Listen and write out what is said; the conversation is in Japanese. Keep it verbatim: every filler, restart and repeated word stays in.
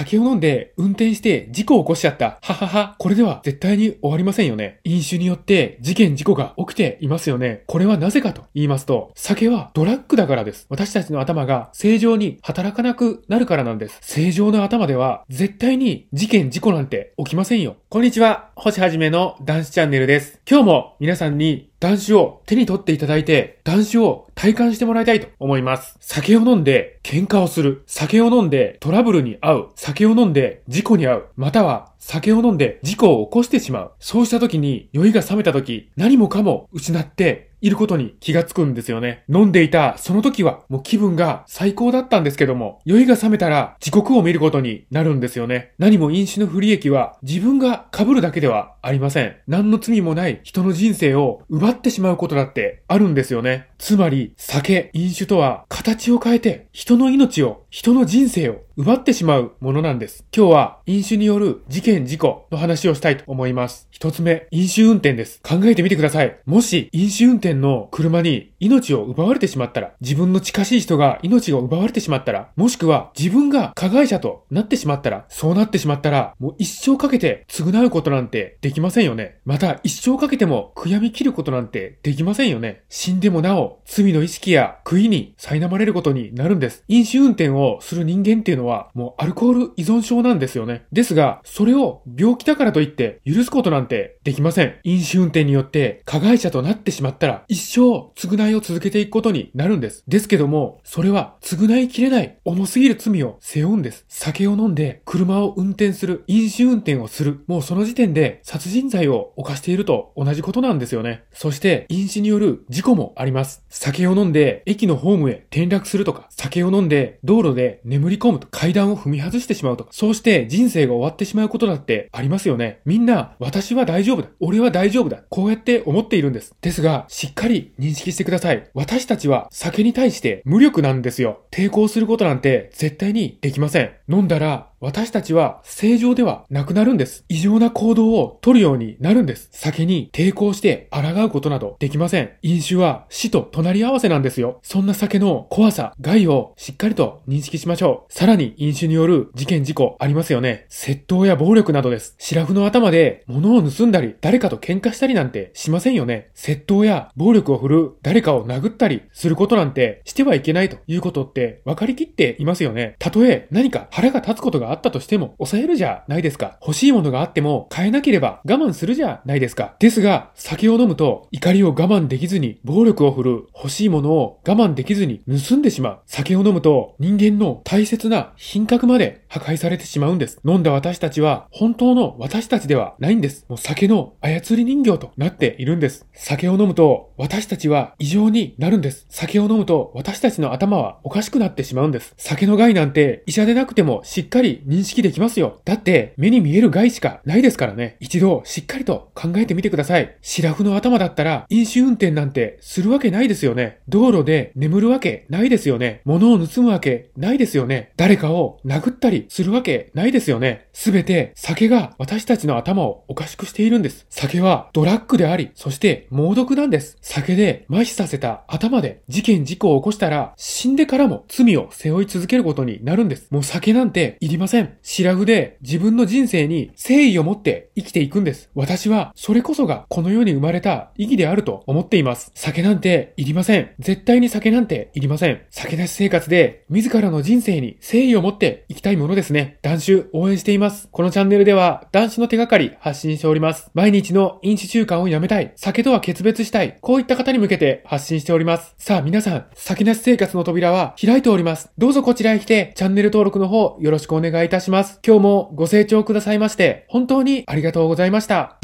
酒を飲んで運転して事故を起こしちゃった。ははは、これでは絶対に終わりませんよね。飲酒によって事件事故が起きていますよね。これはなぜかと言いますと、酒はドラッグだからです。私たちの頭が正常に働かなくなるからなんです。正常な頭では絶対に事件事故なんて起きませんよ。こんにちは、星はじめの男子チャンネルです。今日も皆さんに男子を手に取っていただいて、男子を体感してもらいたいと思います。酒を飲んで喧嘩をする。酒を飲んでトラブルに遭う。酒を飲んで事故に遭う。または酒を飲んで事故を起こしてしまう。そうした時に酔いが覚めた時、何もかも失っていることに気がつくんですよね。飲んでいたその時はもう気分が最高だったんですけども、酔いが覚めたら地獄を見ることになるんですよね。何も飲酒の不利益は自分が被るだけではありません。何の罪もない人の人生を奪ってしまうことだってあるんですよね。つまり酒、飲酒とは形を変えて人の命を、人の人生を奪ってしまうものなんです。今日は飲酒による事件事故の話をしたいと思います。一つ目、飲酒運転です。考えてみてください。もし飲酒運転の車に命を奪われてしまったら、自分の近しい人が命を奪われてしまったら、もしくは自分が加害者となってしまったら、そうなってしまったら、もう一生かけて償うことなんてできませんよね。また一生かけても悔やみ切ることなんてできませんよね。死んでもなお罪の意識や悔いに苛まれることになるんです。飲酒運転をする人間っていうのはもうアルコール依存症なんですよね。ですが、それを病気だからといって許すことなんてできません。飲酒運転によって加害者となってしまったら一生償いを続けていくことになるんです。ですけども、それは償いきれない重すぎる罪を背負うんです。酒を飲んで車を運転する、飲酒運転をする、もうその時点で殺人罪を犯していると同じことなんですよね。そして飲酒による事故もあります。酒を飲んで駅のホームへ転落するとか、酒を飲んで道路で眠り込むと、階段を踏み外してしまうとか、そうして人生が終わってしまうことだってありますよね。みんな私は大丈夫だ、俺は大丈夫だ、こうやって思っているんです。ですが、しっかり認識してください。私たちは酒に対して無力なんですよ。抵抗することなんて絶対にできません。飲んだら私たちは正常ではなくなるんです。異常な行動を取るようになるんです。酒に抵抗して抗うことなどできません。飲酒は死と隣り合わせなんですよ。そんな酒の怖さ、害をしっかりと認識しましょう。さらに飲酒による事件事故ありますよね。窃盗や暴力などです。シラフの頭で物を盗んだり、誰かと喧嘩したりなんてしませんよね。窃盗や暴力を振るう、誰かを殴ったりすることなんてしてはいけないということって分かりきっていますよね。たとえ何か腹が立つことがあったとしても抑えるじゃないですか。欲しいものがあっても買えなければ我慢するじゃないですか。ですが、酒を飲むと怒りを我慢できずに暴力を振るう、欲しいものを我慢できずに盗んでしまう。酒を飲むと人間の大切な品格まで破壊されてしまうんです。飲んだ私たちは本当の私たちではないんです。もう酒の操り人形となっているんです。酒を飲むと私たちは異常になるんです。酒を飲むと私たちの頭はおかしくなってしまうんです。酒の害なんて医者でなくてもしっかり認識できますよ。だって目に見える害しかないですからね。一度しっかりと考えてみてください。シラフの頭だったら飲酒運転なんてするわけないですよね。道路で眠るわけないですよね。物を盗むわけないですよね。誰かを殴ったりするわけないですよね。すべて酒が私たちの頭をおかしくしているんです。酒はドラッグであり、そして猛毒なんです。酒で麻痺させた頭で事件事故を起こしたら死んでからも罪を背負い続けることになるんです。もう酒なんていりません。シラフで自分の人生に誠意を持って生きていくんです。私はそれこそがこの世に生まれた意義であると思っています。酒なんていりません。絶対に酒なんていりません。酒なし生活で自らの人生に誠意を持って生きたいものですね。男子応援しています。このチャンネルでは男子の手がかり発信しております。毎日の飲酒習慣をやめたい、酒とは決別したい、こういった方に向けて発信しております。さあ皆さん、酒なし生活の扉は開いております。どうぞこちらへ来てチャンネル登録の方よろしくお願いいたします。今日もご清聴くださいまして本当にありがとうございました。